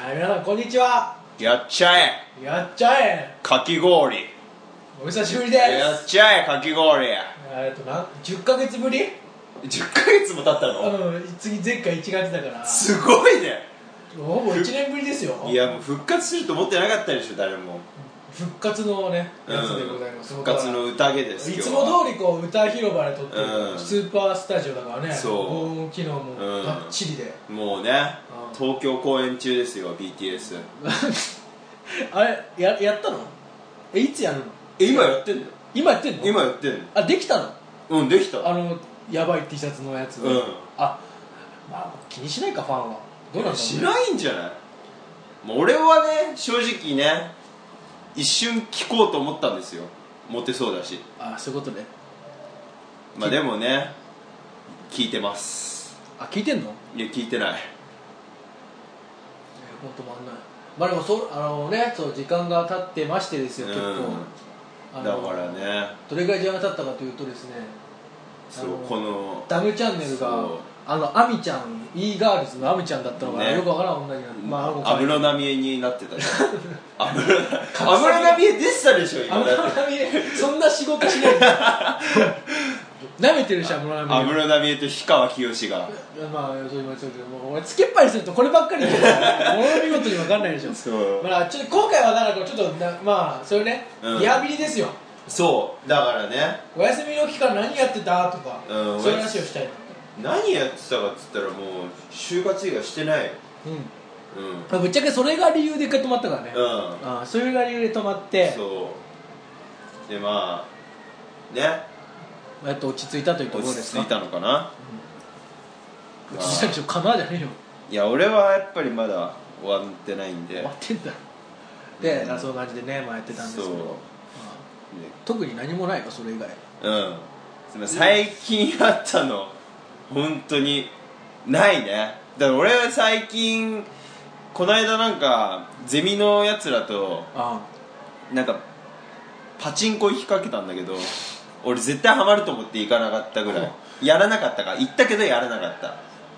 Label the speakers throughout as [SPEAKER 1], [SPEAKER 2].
[SPEAKER 1] はい、皆さんこんにちは。
[SPEAKER 2] やっちゃえ
[SPEAKER 1] やっちゃえ。
[SPEAKER 2] かき氷。
[SPEAKER 1] お久しぶりです。
[SPEAKER 2] やっちゃえかき氷。
[SPEAKER 1] 10ヶ月ぶり。
[SPEAKER 2] 10ヶ月も経ったの？
[SPEAKER 1] 次前回1月だから
[SPEAKER 2] すごいね。
[SPEAKER 1] ほぼ1年ぶりですよ。
[SPEAKER 2] いやもう復活すると思ってなかったでしょ誰も。
[SPEAKER 1] 復活のねやつでございます、
[SPEAKER 2] 復活の宴です。
[SPEAKER 1] いつも通りこう歌広場で撮ってる、スーパースタジオだからね。
[SPEAKER 2] そう
[SPEAKER 1] 防音機能もバッチリで、
[SPEAKER 2] もうね、東京公演中ですよ BTS
[SPEAKER 1] あれやったの？いつやるの？
[SPEAKER 2] 今やってんだよ。
[SPEAKER 1] 今やってんの？
[SPEAKER 2] 今やってんの。
[SPEAKER 1] あ、できたの？
[SPEAKER 2] できた。
[SPEAKER 1] やばい T シャツのやつ、まあ気にしないかファンは。どうなんだろうね。
[SPEAKER 2] しないんじゃない？もう俺はね正直ね一瞬聞こうと思ったんですよ。モテそうだし。
[SPEAKER 1] そういうことね。
[SPEAKER 2] まあでもね聞いてます。
[SPEAKER 1] 聞いてんの？
[SPEAKER 2] いや聞いてない。
[SPEAKER 1] 本当もあんない。まあでもそう時間が経ってましてですよ、結構。
[SPEAKER 2] だからね
[SPEAKER 1] どれぐらい時間が経ったかというとですね、
[SPEAKER 2] この
[SPEAKER 1] ダムチャンネルがアミちゃん e ガールズのアミちゃんだったのが、よくわからん女になって、
[SPEAKER 2] 安室奈美恵になってたじゃん。安室奈美恵出てたでしょ今。
[SPEAKER 1] 安室奈美恵そんな仕事しないなめてるし安室奈美恵。
[SPEAKER 2] 安室奈美恵と氷川きよしが
[SPEAKER 1] そうもう俺つけっぱりするとこればっかり言うからものの見事に分かんないでしょ。ちょっと今回はだからちょっとそういうね、リハビリですよ。
[SPEAKER 2] そうだからね、
[SPEAKER 1] お休みの期間何やってたとか、そういう話をしたいな。
[SPEAKER 2] 何やってたかっつったらもう就活以外してないよ。
[SPEAKER 1] ぶっちゃけそれが理由で一回止まったからね。それが理由で止まって、
[SPEAKER 2] そうでまあね
[SPEAKER 1] やっと落ち着いたというところですか。
[SPEAKER 2] 落ち着いたのかな。
[SPEAKER 1] 落ち着いたでしょ。かなじゃねえよ。
[SPEAKER 2] いや俺はやっぱりまだ終わってないんで。
[SPEAKER 1] 終わってんだで、そういう感じでね、やってたんですけど、特に何もないかそれ以外。
[SPEAKER 2] 最近あったの本当にないね。だから俺は最近この間なんかゼミのやつらとなんかパチンコ行きかけたんだけど、俺絶対ハマると思って行かなかったぐらい。やらなかったから行ったけどやらなかった。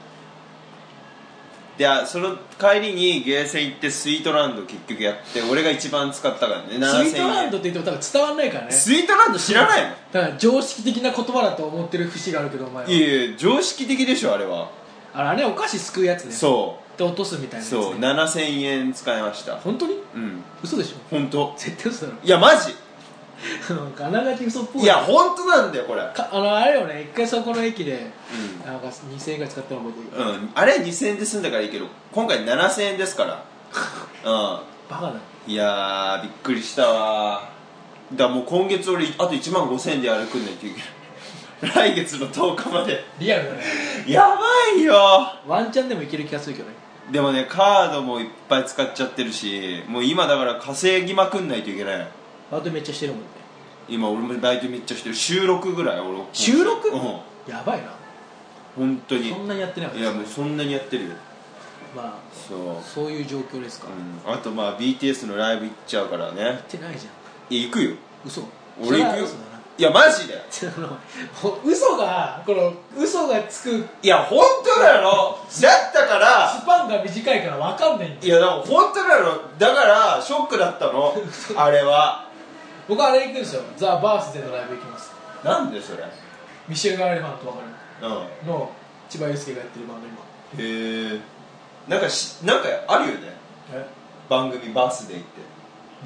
[SPEAKER 2] でその帰りにゲーセン行ってスイートランド結局やって、俺が一番使ったからね。7000円。
[SPEAKER 1] スイートランドって言っても多分伝わんないからね。
[SPEAKER 2] スイートランド知らないの？
[SPEAKER 1] だから常識的な言葉だと思ってる節があるけど、お前は。
[SPEAKER 2] いや常識的でしょあれは。
[SPEAKER 1] あれお菓子すくうやつね。
[SPEAKER 2] そう
[SPEAKER 1] で落とすみたいなやつ、ね、
[SPEAKER 2] そう7000円使いました。
[SPEAKER 1] 本当に？嘘でしょ。
[SPEAKER 2] 本当。
[SPEAKER 1] 絶対嘘だろ。
[SPEAKER 2] いやマジ
[SPEAKER 1] あながち嘘っぽい。
[SPEAKER 2] いや本当なんだよこれ。
[SPEAKER 1] あれよね、一回そこの駅で、なんか2000円ぐらい使ったの覚えてる。
[SPEAKER 2] あれ2000円で済んだからいいけど、今回7000円ですから
[SPEAKER 1] バカだ。
[SPEAKER 2] いやーびっくりしたわ。だからもう今月俺あと1万5000円で歩くんないといけない来月の10日まで。
[SPEAKER 1] リアルだね。
[SPEAKER 2] やばいよ。
[SPEAKER 1] ワンチャンでもいける気がするけどね。
[SPEAKER 2] でもねカードもいっぱい使っちゃってるし、もう今だから稼ぎまくんないといけない。
[SPEAKER 1] バイトめっちゃしてるもんね。
[SPEAKER 2] 今俺もバイトめっちゃしてる。週6ぐらい俺。
[SPEAKER 1] 週 6？やばいな
[SPEAKER 2] 本当に。
[SPEAKER 1] そんなにやってない。
[SPEAKER 2] いやもうそんなにやってるよ。
[SPEAKER 1] そういう状況ですか。
[SPEAKER 2] あとBTS のライブ行っちゃうからね。行
[SPEAKER 1] ってないじゃん。
[SPEAKER 2] いや行くよ。
[SPEAKER 1] 嘘。
[SPEAKER 2] 俺行くよ。いやマジで
[SPEAKER 1] 嘘がつく。
[SPEAKER 2] いや本当だろ。だったから
[SPEAKER 1] スパンが短いから分かんないんだよ。
[SPEAKER 2] いやだから本当だろ。だからショックだったのあれは。
[SPEAKER 1] 僕あれ行くんですよ。ザ・バースデーのライブ行きます。
[SPEAKER 2] なんでそれ？
[SPEAKER 1] ミシェル・ガーレファント分かる？の千葉雄介がやってるバンド今。
[SPEAKER 2] へえ。なんかあるよね。番組バースデーって。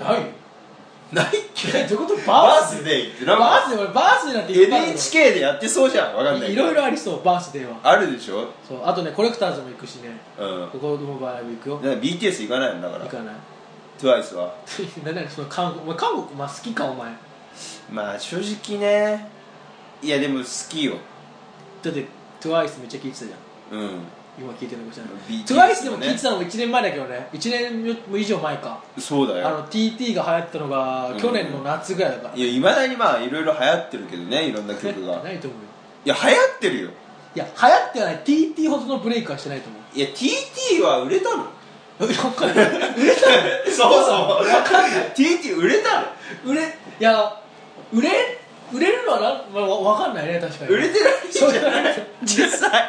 [SPEAKER 1] ないよ。
[SPEAKER 2] ないっけ？
[SPEAKER 1] どういうこと？
[SPEAKER 2] バースデーって
[SPEAKER 1] バースデーなんて言ったの？
[SPEAKER 2] NHK でやってそうじゃん。わかんないけど。
[SPEAKER 1] いろいろありそう。バースデーは
[SPEAKER 2] あるでしょ。
[SPEAKER 1] そう。あとねコレクターズも行くしね。ここもライブ行くよ。
[SPEAKER 2] BTS 行かないんだから。
[SPEAKER 1] 行かない。
[SPEAKER 2] TWICE は
[SPEAKER 1] 何その韓国好きかお前。
[SPEAKER 2] 正直ね。いやでも好きよ。
[SPEAKER 1] だって TWICE めっちゃ聴いてたじゃん。今聴いてるのかしらない。 TWICE でも聴いてたのも1年前だけどね。1年以上前か。
[SPEAKER 2] そうだよ。
[SPEAKER 1] TT が流行ったのが去年の夏ぐらいだから。
[SPEAKER 2] いやいまだにいろいろ流行ってるけどね、いろんな曲が。
[SPEAKER 1] ないと思うよ。
[SPEAKER 2] いや流行ってるよ。
[SPEAKER 1] いや流行ってない。 TT ほどのブレイクはしてないと思う。
[SPEAKER 2] いや TT は売れたの？
[SPEAKER 1] 分かんない。売れたの？
[SPEAKER 2] そう分かんない。TT 売れたの？
[SPEAKER 1] 売れ売れるのはまあ、分かんないね、確かに。
[SPEAKER 2] 売れてないじゃない実際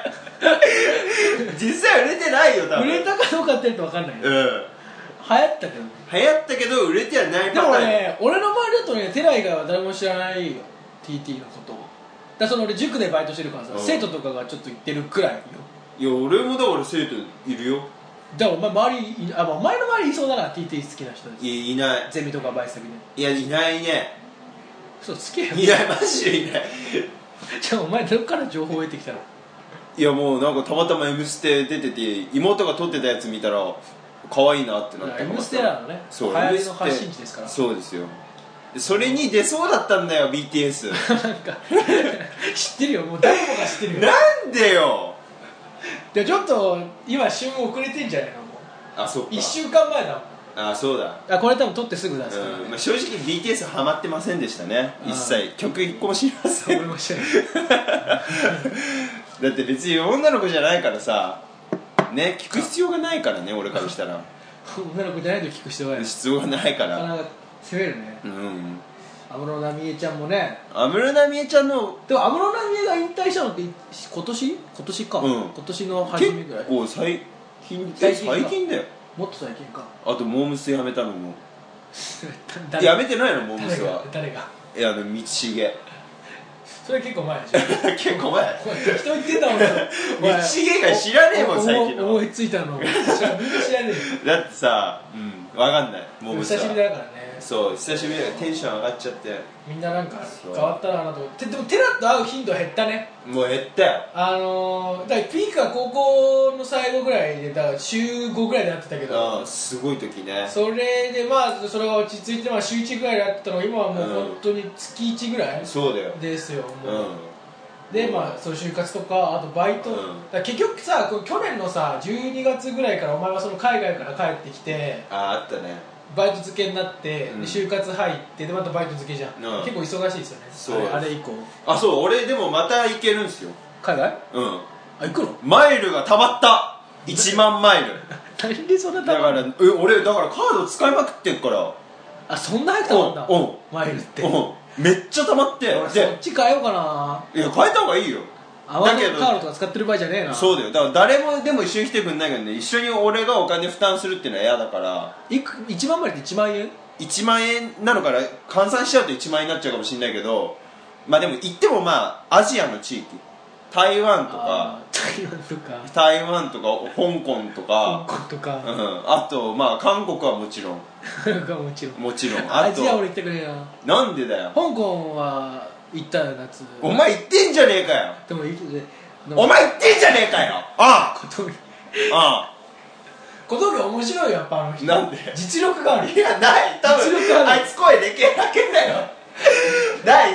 [SPEAKER 2] 売れてないよ、多分。
[SPEAKER 1] 売れたかどうかって言うと分かんない、ね、
[SPEAKER 2] うん、
[SPEAKER 1] 流行ったけどね。
[SPEAKER 2] 流行ったけど売れてはないパターン。
[SPEAKER 1] でもね、俺の周りだとね、テラ以外は誰も知らないよ、 TT のことを。だから俺塾でバイトしてるからさ、生徒とかがちょっと言ってるくらいよ。
[SPEAKER 2] いや、俺もだから生徒いるよ。
[SPEAKER 1] だからお前周りお前の周りいそうだな、 TT 好きな人です。
[SPEAKER 2] いない。
[SPEAKER 1] ゼミとかバイト先で。
[SPEAKER 2] いや、いないね。
[SPEAKER 1] そうつけよ。
[SPEAKER 2] いない、マジでいない
[SPEAKER 1] じゃあお前どっから情報を得てきたの？
[SPEAKER 2] いや、もうなんかたまたま「M ステ」出てて、妹が撮ってたやつ見たら可愛いなってなったから。
[SPEAKER 1] M ステなのね、
[SPEAKER 2] そう、
[SPEAKER 1] 流行りの発信地ですから。
[SPEAKER 2] そうですよ。それに出そうだったんだよ BTS
[SPEAKER 1] なんか知ってるよ、もう誰もが知ってるよ。
[SPEAKER 2] なんでよ。
[SPEAKER 1] でちょっと今旬遅れてんじゃないの？もう
[SPEAKER 2] あ、そっか、
[SPEAKER 1] 1週間前だもん。
[SPEAKER 2] あ、そうだ。
[SPEAKER 1] これ多分撮ってすぐ出すから、ね。
[SPEAKER 2] まあ、正直 BTS ハマってませんでしたね、一切。曲1個も知りません。
[SPEAKER 1] 俺も知らない
[SPEAKER 2] だって別に女の子じゃないからさね、聞く必要がないからね、俺からしたら
[SPEAKER 1] 女の子じゃないと聞く必要がない。
[SPEAKER 2] 必要がないから。
[SPEAKER 1] なかなか攻めるね。
[SPEAKER 2] うん。
[SPEAKER 1] 安室奈美恵ちゃんもね。
[SPEAKER 2] 安室奈美恵ちゃんの、
[SPEAKER 1] でも安室奈美恵が引退したのって今年か、
[SPEAKER 2] うん、
[SPEAKER 1] 今年の初めぐらい。
[SPEAKER 2] 結構最近だよ。
[SPEAKER 1] もっと最近か。
[SPEAKER 2] あとモームスやめたのも
[SPEAKER 1] や
[SPEAKER 2] やめてないの、モームスは。
[SPEAKER 1] 誰が？
[SPEAKER 2] いや、道重
[SPEAKER 1] それ結構前でしょ
[SPEAKER 2] 結構前。
[SPEAKER 1] 適当言ってたもん。
[SPEAKER 2] 道重が知らねえもん、最近の。
[SPEAKER 1] 思いついたのみんな知らね
[SPEAKER 2] えよ。だってさ、分かんない、モームスは。
[SPEAKER 1] 久しぶりだからね。
[SPEAKER 2] そう、久しぶりだからテンション上がっちゃって、
[SPEAKER 1] みんななんか変わったなと思って。でもテラと会う頻度減ったね。
[SPEAKER 2] もう減ったよ。
[SPEAKER 1] だからピークは高校の最後ぐらいで、だから週5ぐらいでやってたけど、
[SPEAKER 2] すごい時ね。
[SPEAKER 1] それでまあそれが落ち着いて、週1ぐらいでやってたのが今はもう本当に月1ぐらい
[SPEAKER 2] そうだよ
[SPEAKER 1] ですよ、もう。でそういう就活とか、あとバイト、だから結局さ、去年のさ12月ぐらいからお前はその海外から帰ってきて、
[SPEAKER 2] あったね、
[SPEAKER 1] バイト漬けになって、で就活入ってでまたバイト漬けじゃん、結構忙しいですよね。
[SPEAKER 2] そう
[SPEAKER 1] あれ以降。
[SPEAKER 2] あ、そう、俺でもまた行けるんすよ、
[SPEAKER 1] 海外？
[SPEAKER 2] 行
[SPEAKER 1] くの？
[SPEAKER 2] マイルがたまった1万マイル
[SPEAKER 1] 何でそんな
[SPEAKER 2] だから俺だからカード使いまくってんから。
[SPEAKER 1] あ、そんな早くたまんだ、マイルって。
[SPEAKER 2] めっちゃたまって。
[SPEAKER 1] そっち変えようかな。
[SPEAKER 2] いや、変えた方がいいよ。
[SPEAKER 1] だけどカードとか使ってる場合じゃねえな。
[SPEAKER 2] そうだよ。だから誰もでも一緒に来てくんないけどね、一緒に俺がお金負担するっていうのは嫌だから。
[SPEAKER 1] 1万マイルって1万円
[SPEAKER 2] ？1万円なのから換算しちゃうと1万円になっちゃうかもしれないけど、まあでも行ってもまあアジアの地域、台湾とか香港とか、あとまあ韓国はもちろんもちろん
[SPEAKER 1] アジア俺行ってくれよ。
[SPEAKER 2] なんでだよ。
[SPEAKER 1] 香港は行ったよ、夏。
[SPEAKER 2] お前行ってんじゃねえかよ。
[SPEAKER 1] でも
[SPEAKER 2] お前行ってんじゃねえかよ。ああ
[SPEAKER 1] 小峠面白いよ、やっぱあの人。
[SPEAKER 2] なんで？
[SPEAKER 1] 実力がある。
[SPEAKER 2] いや、ない。多分あいつ声でけえだけだよ。ない。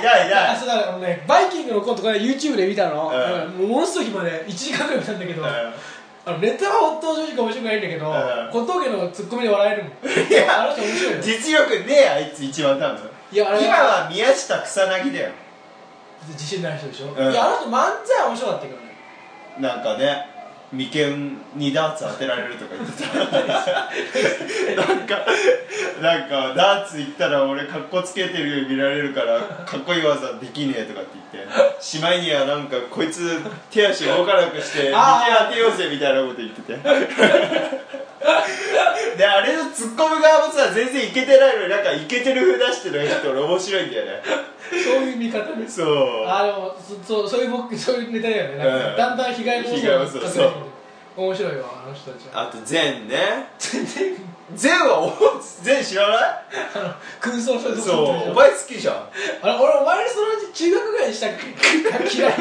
[SPEAKER 1] そうだからね、バイキングのコントから YouTube で見たの。ものすごい暇で1時間くらい見たんだけど、ネタは本当正直面白くないんだけど、小峠のツッコミで笑えるもん。いや、あの人面白いよ。
[SPEAKER 2] 実力ねえ、あいつ一番多分。今は宮下草薙だよ。
[SPEAKER 1] 自信ない人でしょ。いや、あの人漫才面白かったけどね。
[SPEAKER 2] なんかね、眉間にダーツ当てられるとか言ってたなんかダーツ行ったら俺カッコつけてるように見られるからかっこいい技できねえとかって言ってしまいにはなんかこいつ手足動かなくして眉間当てようぜみたいなこと言っててで、あれのツッコむ側もさ全然イケてないのになんかイケてる風出してる人って俺面白いんだよね。
[SPEAKER 1] そういう見方ね。
[SPEAKER 2] そう。
[SPEAKER 1] でもそういうネタだよね。だんだん被害妄想が
[SPEAKER 2] そう
[SPEAKER 1] 面白いわ、あの人たちは。
[SPEAKER 2] あとゼンね。ゼン知らない？
[SPEAKER 1] 空想小説。
[SPEAKER 2] そう、お前好きじゃん。
[SPEAKER 1] 俺お前にそのうち中学ぐらいにしたっけ嫌い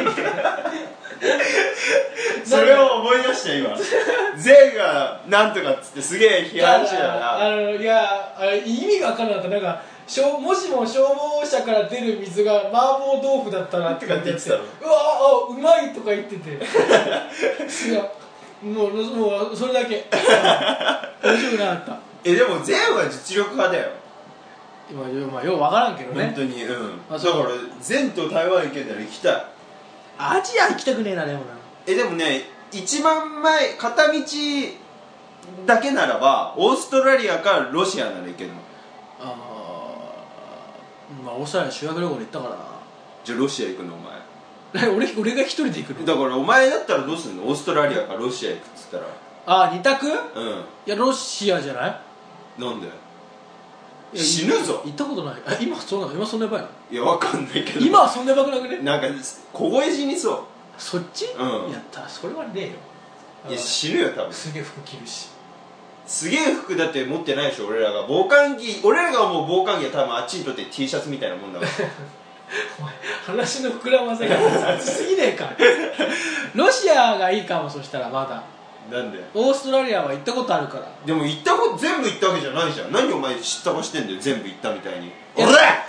[SPEAKER 2] それを思い出した今。ゼンがなんとかっつってすげえ批判してたな。
[SPEAKER 1] いや、意味が分からなかった。なんかもしも消防車から出る水が麻婆豆腐だったらって言ってたの。うわうまいとか言ってていやもうそれだけ面白くなかった。
[SPEAKER 2] でもゼンは実力派だよ。
[SPEAKER 1] 今よう分からんけどね、
[SPEAKER 2] 本当に。だからゼンと台湾行けたら行きたい。
[SPEAKER 1] アジア行きたくねえな。でも
[SPEAKER 2] でもね、1万マイル片道だけならばオーストラリアかロシアなら行けるの。
[SPEAKER 1] まあオーストラリア修学旅行で行ったからな。
[SPEAKER 2] じゃあロシア行くのお前
[SPEAKER 1] 俺が一人で行くの？
[SPEAKER 2] だからお前だったらどうするの？オーストラリアかロシア行くっつったら。
[SPEAKER 1] あ、二択？
[SPEAKER 2] うん。
[SPEAKER 1] いやロシアじゃない？
[SPEAKER 2] なんで？死ぬぞ。
[SPEAKER 1] 行ったことない。今そうなの？今そんなやばいの？
[SPEAKER 2] いやわかんないけど
[SPEAKER 1] 今はそんなやばくなくね？
[SPEAKER 2] なんか凍え死にそう。
[SPEAKER 1] そっち？
[SPEAKER 2] うん。
[SPEAKER 1] やったそれはねえよ。
[SPEAKER 2] いや死ぬよ多分。
[SPEAKER 1] すげえ服着るし。
[SPEAKER 2] すげえ服だって持ってないでしょ俺らが。防寒着、俺らがもう防寒着は多分あっちにとって T シャツみたいなもんだから
[SPEAKER 1] お前話の膨らませが熱すぎねえか。ロシアがいいかも。そしたらまだ
[SPEAKER 2] なんで？
[SPEAKER 1] オーストラリアは行ったことあるから。
[SPEAKER 2] でも全部行ったわけじゃないじゃん。何お前知ったかしてんだよ全部行ったみたいに。俺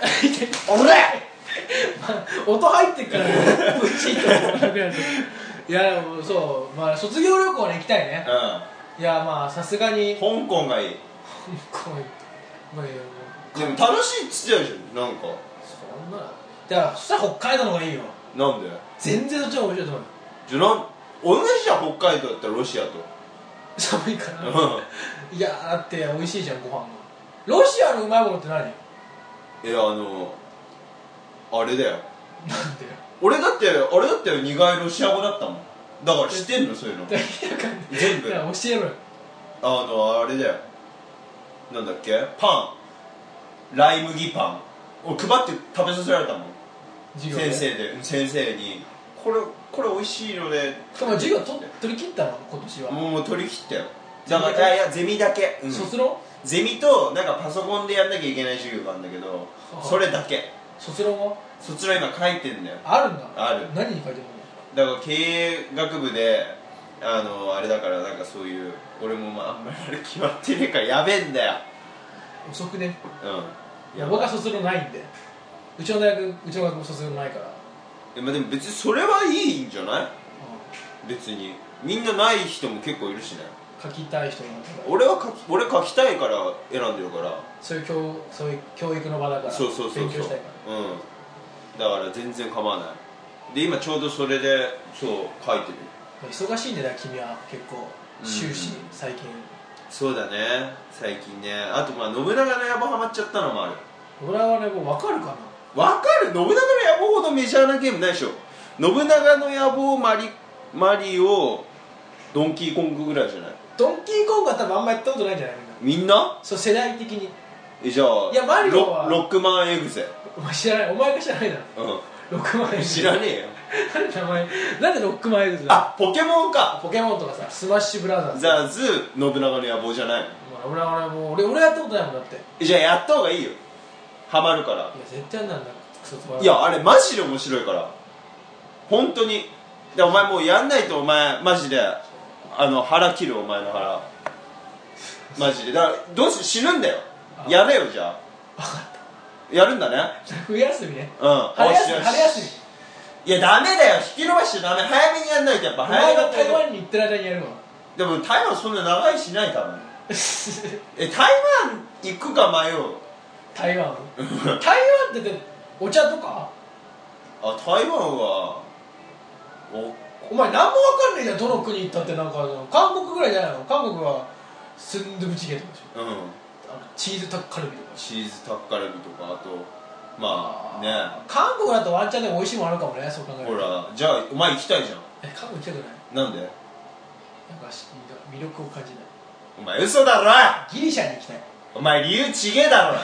[SPEAKER 1] 音入ってっからプチッとなくなる。いやでもそう、まあ卒業旅行に行きたいね。いやまあさすがに
[SPEAKER 2] 香港がいい。
[SPEAKER 1] 香港、まあいや
[SPEAKER 2] でも楽しいっつってたじゃんなんか。
[SPEAKER 1] そんなだからそしたら北海道の方がいいよ。
[SPEAKER 2] なんで？
[SPEAKER 1] 全然そっちの方が面白いと思うよ。
[SPEAKER 2] じゃあ同じじゃん北海道だったらロシアと。
[SPEAKER 1] 寒いからいやだって美味しいじゃんご飯が。ロシアのうまいものって何？
[SPEAKER 2] いやあれだよ。
[SPEAKER 1] なんでよ。
[SPEAKER 2] 俺だってあれだったよ苦いロシア語だったもん。だから知ってんのそういうの全部。
[SPEAKER 1] 教えろよ。
[SPEAKER 2] あれだよなんだっけパンライ麦パン俺配って食べさせられたもん先生にこれ美味しいので。
[SPEAKER 1] でも授業取り切ったの今年は。
[SPEAKER 2] もう取り切ったよ。だからいやゼミだけ、
[SPEAKER 1] 卒論？
[SPEAKER 2] ゼミとなんかパソコンでやんなきゃいけない授業があるんだけどそれだけ。
[SPEAKER 1] 卒論は？
[SPEAKER 2] 卒論今書いてんだよ。
[SPEAKER 1] あるんだ。
[SPEAKER 2] ある。
[SPEAKER 1] 何に書いてるの？
[SPEAKER 2] だから経営学部であれだからなんかそういう俺もあんまりあれ決まってねえからやべえんだよ。
[SPEAKER 1] 遅くね。
[SPEAKER 2] うん。
[SPEAKER 1] いや僕は卒論ないんで。うちの学部卒論ないから。
[SPEAKER 2] でも別にそれはいいんじゃない？別にみんなない人も結構いるしね。
[SPEAKER 1] 書きたい人なんだから。
[SPEAKER 2] 俺書きたいから選んでるから。そういう
[SPEAKER 1] 教育の場だから。
[SPEAKER 2] そう
[SPEAKER 1] 勉強したいから。
[SPEAKER 2] だから全然構わない。で今ちょうどそれでそう書いてる。
[SPEAKER 1] 忙しいんだよ君は結構終始最近。
[SPEAKER 2] そうだね最近ね。あと信長の野望ハマっちゃったのもある。
[SPEAKER 1] 信長の野望分かるかな？
[SPEAKER 2] 分かる。信長の野望ほどメジャーなゲームないでしょ。信長の野望マリオドンキーコングぐらいじゃない？ドンキーコングは多分あんまやったことないんじゃないみんな？そう世代的に。じゃあいやマリオはロックマンエグゼ。お前知らない。お前が知らないだろ。ロックマンエグゼ知らねえよ。名前なんでロックマンエグゼだ。あポケモンか。ポケモンとかさスマッシュブラザーズ信長の野望じゃないの？俺やったことないもんだって。じゃあやった方がいいよ。ハマるから。いや絶対なんだ。いやあれマジで面白いから本当に。でお前もうやんないとお前マジで腹切る。お前の腹マジで。だからどうして死ぬんだよ。やれよじゃあ。やるんだね。冬休みね。春休み。いやダメだよ。引き延ばしちゃダメ。早めにやんないと。やっぱ早めに台湾に行ってる間にやるわ。でも台湾そんな長いしない多分台湾行くか迷う。台湾ってお茶とか？台湾はお前何も分かんねえじゃん。どの国行ったって。なんか韓国ぐらいじゃないの？韓国はスンドゥブチゲとかでしょ。チーズタッカルビとか。チーズタッカルビとか。あとまあね韓国だとワンチャンでも美味しいものあるかもね。そう考えると。ほらじゃあお前行きたいじゃん。韓国行きたくない？なんで？なんか魅力を感じない。お前嘘だろ。ギリシャに行きたい。お前理由ちげえだろ。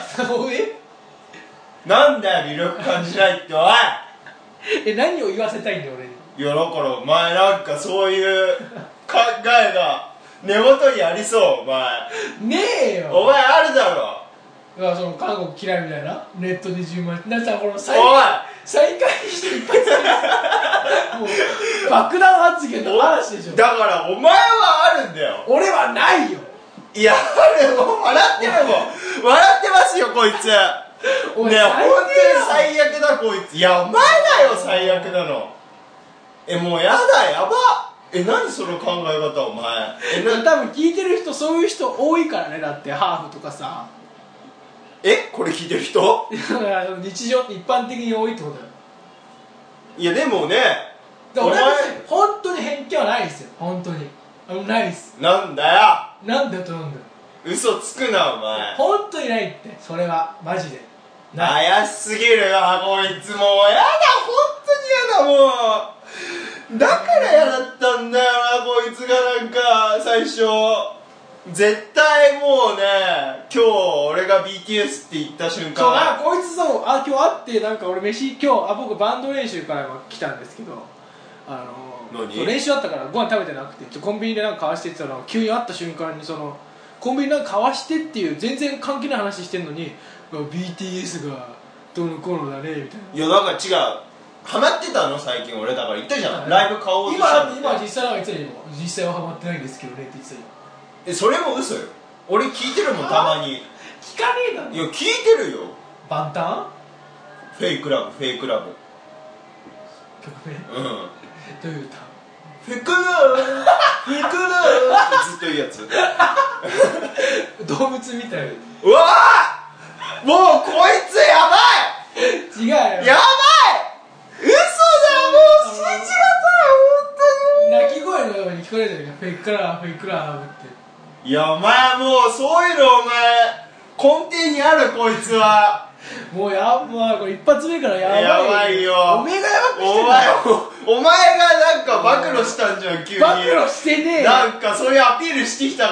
[SPEAKER 2] なんだよ魅力感じないっておい。何を言わせたいんだよ俺に。いやだからお前なんかそういう考えが根元にありそう。お前ねえよ。お前あるだろ。いやその韓国嫌いみたいな。ネットで10万なんかこの再開して一発もう爆弾発言の話でしょ。だからお前はあるんだよ。俺はないよ。いやあれもう笑ってるもん。笑ってますよこいつ。ねえ本当に最悪だこいつ。いやお前だよ最悪なの。もうやだやば。何その考え方お前。多分聞いてる人そういう人多いからね。だってハーフとかさ。これ聞いてる人日常一般的に多いってことだよ。いやでもね俺本当に偏見はないですよ。本当にないっす。なんだよ。なんだよとなんだよ。嘘つくなお前。本当にないって。それはマジで。 怪しすぎるわこいつ。もうやだ、本当にやだ。もうだから嫌だったんだよなこいつが。なんか最初絶対もうね、今日俺が BTS って言った瞬間、
[SPEAKER 1] そうこいつそう今日会ってなんか俺僕バンド練習から来たんですけどそう練習あったからご飯食べてなくてコンビニでなんか交わしてって言ったら急に会った瞬間にコンビニなんか交わしてっていう全然関係ない話してんのに BTS がどうのこうのだねみたいな。
[SPEAKER 2] いやなんか違う、ハマってたの最近俺。だから言ったじゃん、ライブ買おうとしたの。
[SPEAKER 1] 今実際なんか言ってたよ。実際はハマってないんですけどねって言ってたよ。
[SPEAKER 2] それも嘘よ。俺聞いてるもんたまに。
[SPEAKER 1] 聞かねえだろ。
[SPEAKER 2] いや聞いてるよ。
[SPEAKER 1] バンタン
[SPEAKER 2] フェイクラブ
[SPEAKER 1] 曲名
[SPEAKER 2] うん。
[SPEAKER 1] どういう歌？
[SPEAKER 2] フェイクラブってずっと言うやつ。
[SPEAKER 1] 動物みたい。
[SPEAKER 2] うわー、もうこいつやばい。
[SPEAKER 1] 違うよ。
[SPEAKER 2] やばい。嘘だ、もう信じがたい本当に。
[SPEAKER 1] 鳴き声のように聞こえるじゃないか。フェイクラブって。
[SPEAKER 2] いやお前もうそういうのお前根底にあるこいつは。
[SPEAKER 1] もうこれ一発目からやばい。
[SPEAKER 2] やばいよ。
[SPEAKER 1] おめえがやばくしてんだよ。
[SPEAKER 2] お前がなんか暴露したんじゃん急に。
[SPEAKER 1] 暴露してねえ。
[SPEAKER 2] なんかそういうアピールしてきたから。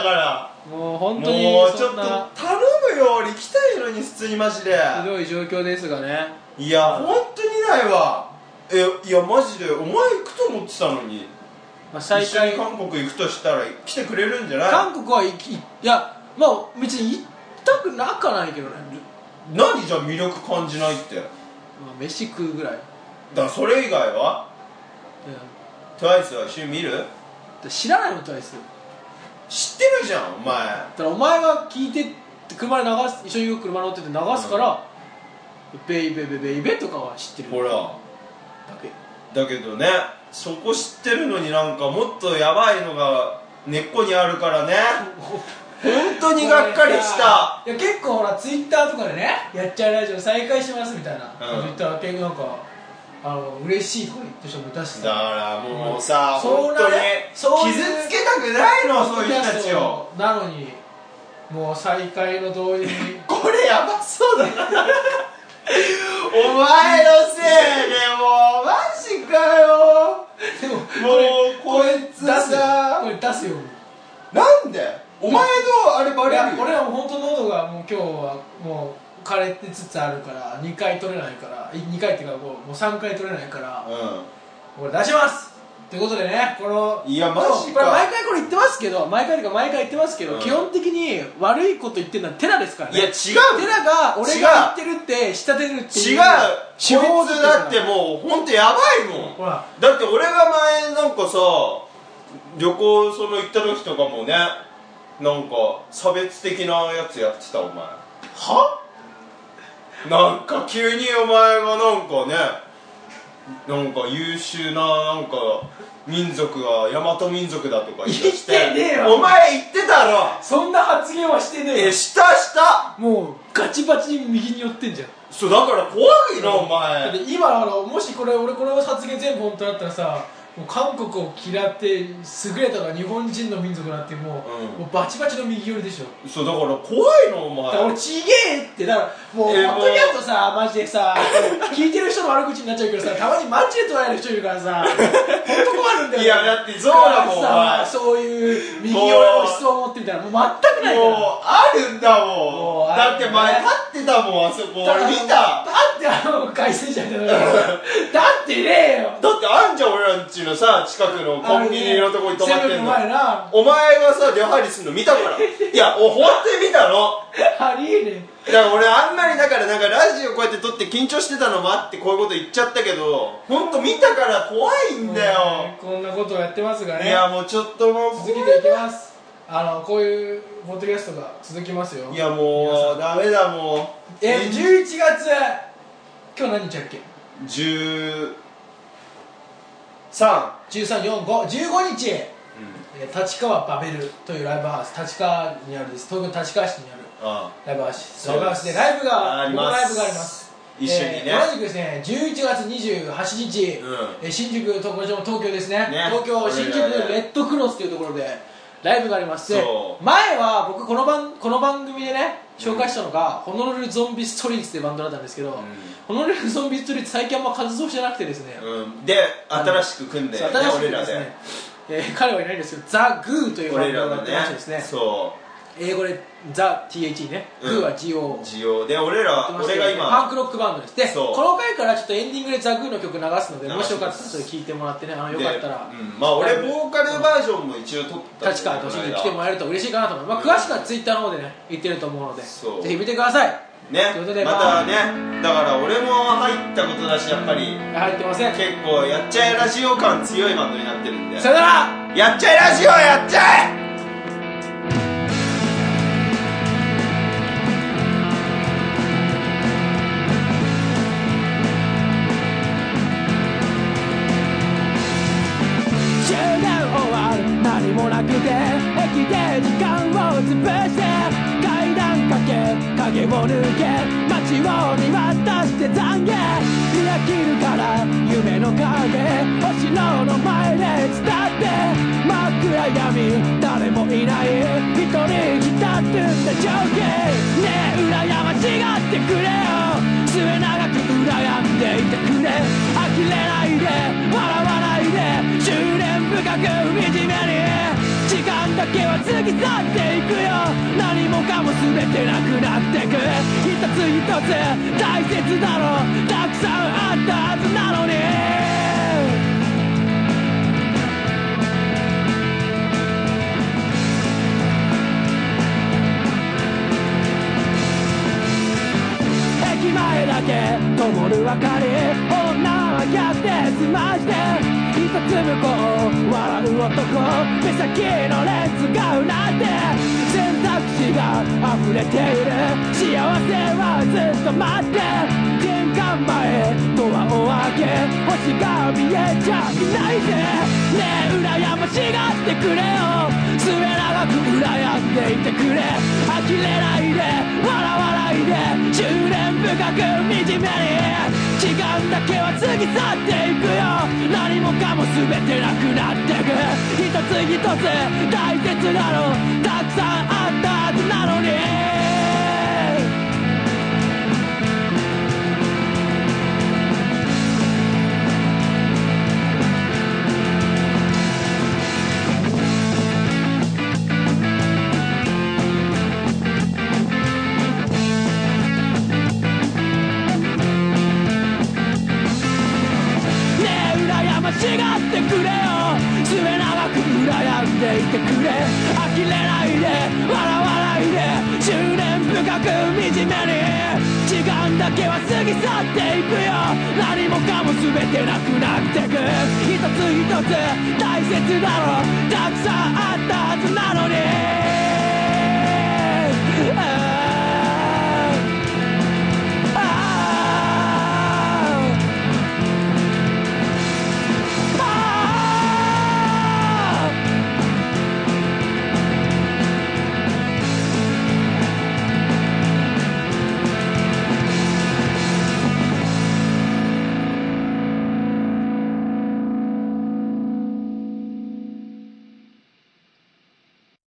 [SPEAKER 2] もう
[SPEAKER 1] 本当に
[SPEAKER 2] もうちょっと頼むよ。俺行きたいのに普通にマジで。
[SPEAKER 1] ひどい状況ですがね。
[SPEAKER 2] いや本当にないわ。いやマジでお前行くと思ってたのに。
[SPEAKER 1] 再開
[SPEAKER 2] 一緒に韓国行くとしたら来てくれるんじゃない？
[SPEAKER 1] 韓国はいやまあ別に行ったくなかないけどね。
[SPEAKER 2] 何じゃあ魅力感じないって。
[SPEAKER 1] 飯食うぐらい
[SPEAKER 2] だからそれ以外はTWICE は一緒に見る？
[SPEAKER 1] 知らないのTWICE。
[SPEAKER 2] 知ってるじゃんお前。
[SPEAKER 1] だからお前が聞いて車で一緒に車乗ってて流すから、ベイベベベイベとかは知ってる。
[SPEAKER 2] ほらだけどね、そこ知ってるのになんかもっとやばいのが根っこにあるからね。本当にがっかりした。
[SPEAKER 1] いや結構ほらツイッターとかでね、やっちゃうラジオ再開しますみたいな言ったら結構なんか嬉しいとか言ってる人もいたしさ。
[SPEAKER 2] だからもうさ、本当に傷つけたくないのそういう人たちを。
[SPEAKER 1] なのにもう再開の同時に
[SPEAKER 2] これやばそうだな。お前のせいでもうマジかよ。
[SPEAKER 1] でも
[SPEAKER 2] もうこいつさ、
[SPEAKER 1] これ出すよ。
[SPEAKER 2] なんでお前のあれバレるよ。
[SPEAKER 1] 俺はもう本当喉がもう今日はもう枯れてつつあるから2回取れないから、2回っていうかもう3回取れないから、これ出しますということでね、
[SPEAKER 2] いやマジか。
[SPEAKER 1] これ毎回これ言ってますけど、毎回言ってますけど、基本的に悪いこと言ってるのはテラですからね。
[SPEAKER 2] いや違う。
[SPEAKER 1] テラが俺が言ってるって仕立てるっていう。
[SPEAKER 2] 違う。こいつだってもう本当やばいもん。
[SPEAKER 1] ほら
[SPEAKER 2] だって俺が前なんかさ旅行行った時とかもね、なんか差別的なやつやってたお前。は？なんか急にお前がなんかね、なんか優秀ななんか民族が大和民族だとか言い出して。
[SPEAKER 1] 言ってねえわ。
[SPEAKER 2] お前言ってたろ。
[SPEAKER 1] そんな発言はしてねえよ。
[SPEAKER 2] した
[SPEAKER 1] もうガチバチに右に寄ってんじゃん。
[SPEAKER 2] そうだから怖いなお前。
[SPEAKER 1] だって今もし俺この発言全部本当だったらさ、もう韓国を嫌って優れたのは日本人の民族なんてもうバチバチの右寄りでしょ。
[SPEAKER 2] そうだから怖いのお前。
[SPEAKER 1] 俺ちげえって。だからもう本当にやるとさ、マジでさ聞いてる人の悪口になっちゃうけどさ、たまにマジで捉える人いるからさ本当困るんだよね。
[SPEAKER 2] いやだってそうだもん
[SPEAKER 1] さ、そういう右寄りの思想を持ってみたいなもう全くないから。
[SPEAKER 2] もうあるんだもん。だって前立ってたもんあそこ。俺見た。
[SPEAKER 1] だって外線じゃん。だってねえよ。
[SPEAKER 2] だってあんじゃん俺らんちのさ近くのコンビニのとこに泊まってんの。お前がさ出入りするの見たから。いや本当に見たの。
[SPEAKER 1] ありえね
[SPEAKER 2] だから俺あんまりだからなんかラジオこうやって撮って緊張してたのもあってこういうこと言っちゃったけど、本当見たから怖いんだよ。
[SPEAKER 1] こんなことをやってますがね。
[SPEAKER 2] いやもうちょっともう
[SPEAKER 1] 続けていきます。こういうポッドキャストが続きますよ。
[SPEAKER 2] いやもうダメだもう。
[SPEAKER 1] 11月今日何日だっけ
[SPEAKER 2] 13、
[SPEAKER 1] 13、4、5、15日、立川バベルというライブハウス、立川にあるです、東京立川市にあるライブハウスでライブがあります。
[SPEAKER 2] 一緒にね、
[SPEAKER 1] 同じくですね、11月28日、新宿、こちらも東京ですね、東京新宿レッドクロスというところでライブがありまして、前は僕この番組でね紹介したのが、ホノルルゾンビストリートっていうバンドだったんですけど、ホノルルゾンビストリート最近あんま活動してなくてですね、
[SPEAKER 2] で新しく組んで、俺らで、
[SPEAKER 1] 彼はいないんですけど、ザ・グーというバンドをやってましてですね、英語でザ・ THE ね、グーは GO
[SPEAKER 2] で俺が今
[SPEAKER 1] パンクロックバンドです。でこの回からちょっとエンディングでザ・グーの曲流すので、もしよかったらそれ聴いてもらってね、よかったら、
[SPEAKER 2] まあ俺ボーカルバージョンも一応撮った
[SPEAKER 1] 立川俊樹に来てもらえると嬉しいかなと思います。詳しくはツイッターの方でね言ってると思うので、ぜひ見てください
[SPEAKER 2] ね。ということでまたね、だから俺も入ったことだし、やっぱり
[SPEAKER 1] 入ってません。
[SPEAKER 2] 結構やっちゃえラジオ感強いバンドになってるんで、
[SPEAKER 1] さよなら。
[SPEAKER 2] やっちゃえラジオやっちゃえ。
[SPEAKER 3] 何もなくて駅で時間を潰して階段かけ影を抜け街を見渡して懺悔見飽きるから夢の影星の前で伝って真っ暗闇誰もいない一人浸ってた情景ねえ羨ましがってくれよ末永く羨んでいてくれ呆れないで笑わないで執念深く惨めに時間だけは過ぎ去っていくよ何もかも全てなくなってく一つ一つ大切だろうたくさんあったはずなのに駅前だけ灯る明かり女はやって済まして一つ向こう笑う男目先のレンズがうなんて選択肢が溢れている幸せはずっと待って玄関前ドアを開け星が見えちゃいないぜねえ羨ましがってくれよ末永く羨んでいてくれ呆れないで笑わないで執念深く惨めに時間だけは過ぎ去っていくよ何もかも全てなくなってく一つ一つ大切だろうたくさんあったはずなのに間違ってくれよ末永く羨んでいてくれ呆れないで笑わないで執念深く惨めに時間だけは過ぎ去っていくよ何もかも全てなくなってく一つ一つ大切だろうたくさんあったはずなのに